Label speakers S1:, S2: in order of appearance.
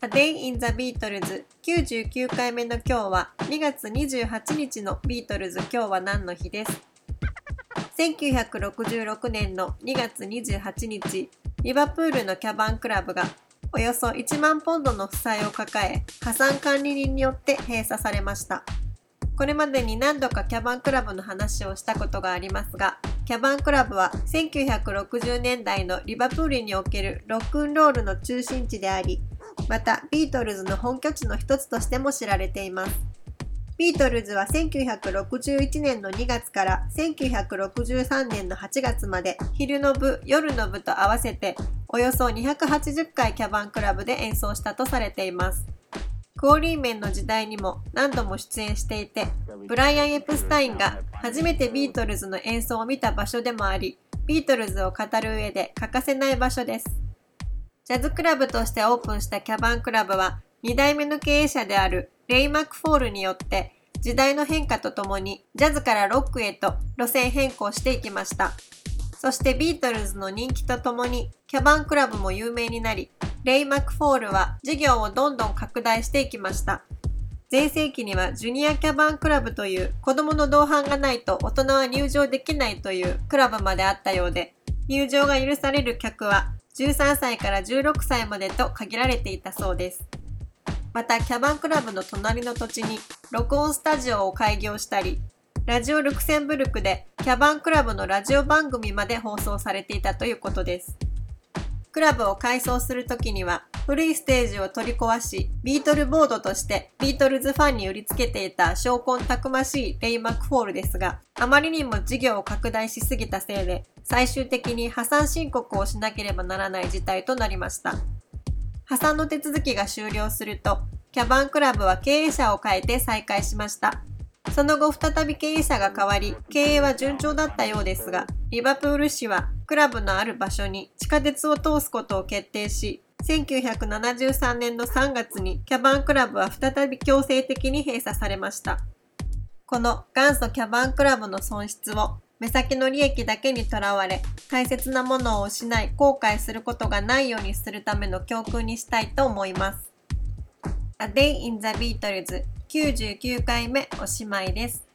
S1: A Day in the Beatles 99回目の今日は2月28日のビートルズ今日は何の日です。1966年の2月28日、リバプールのキャバンクラブがおよそ1万ポンドの負債を抱え、破産管理人によって閉鎖されました。これまでに何度かキャバンクラブの話をしたことがありますが、キャバンクラブは1960年代のリバプールにおけるロックンロールの中心地であり、またビートルズの本拠地の一つとしても知られています。ビートルズは1961年の2月から1963年の8月まで昼の部、夜の部と合わせておよそ280回キャバンクラブで演奏したとされています。クオリーメンの時代にも何度も出演していて、ブライアン・エプスタインが初めてビートルズの演奏を見た場所でもあり、ビートルズを語る上で欠かせない場所です。ジャズクラブとしてオープンしたキャバンクラブは2代目の経営者であるレイ・マクフォールによって時代の変化とともにジャズからロックへと路線変更していきました。そしてビートルズの人気とともにキャバンクラブも有名になり、レイ・マクフォールは事業をどんどん拡大していきました。全盛期にはジュニアキャバンクラブという子供の同伴がないと大人は入場できないというクラブまであったようで、入場が許される客は13歳から16歳までと限られていたそうです。またキャバンクラブの隣の土地に録音スタジオを開業したり、ラジオルクセンブルクでキャバンクラブのラジオ番組まで放送されていたということです。クラブを改装するときには古いステージを取り壊し、ビートルボードとしてビートルズファンに売りつけていた商魂たくましいレイ・マクフォールですが、あまりにも事業を拡大しすぎたせいで、最終的に破産申告をしなければならない事態となりました。破産の手続きが終了すると、キャバンクラブは経営者を変えて再開しました。その後再び経営者が変わり、経営は順調だったようですが、リバプール市はクラブのある場所に地下鉄を通すことを決定し、1973年の3月にキャバンクラブは再び強制的に閉鎖されました。この元祖キャバンクラブの損失を目先の利益だけにとらわれ、大切なものを失い後悔することがないようにするための教訓にしたいと思います。A Day in the Beatles 99回目おしまいです。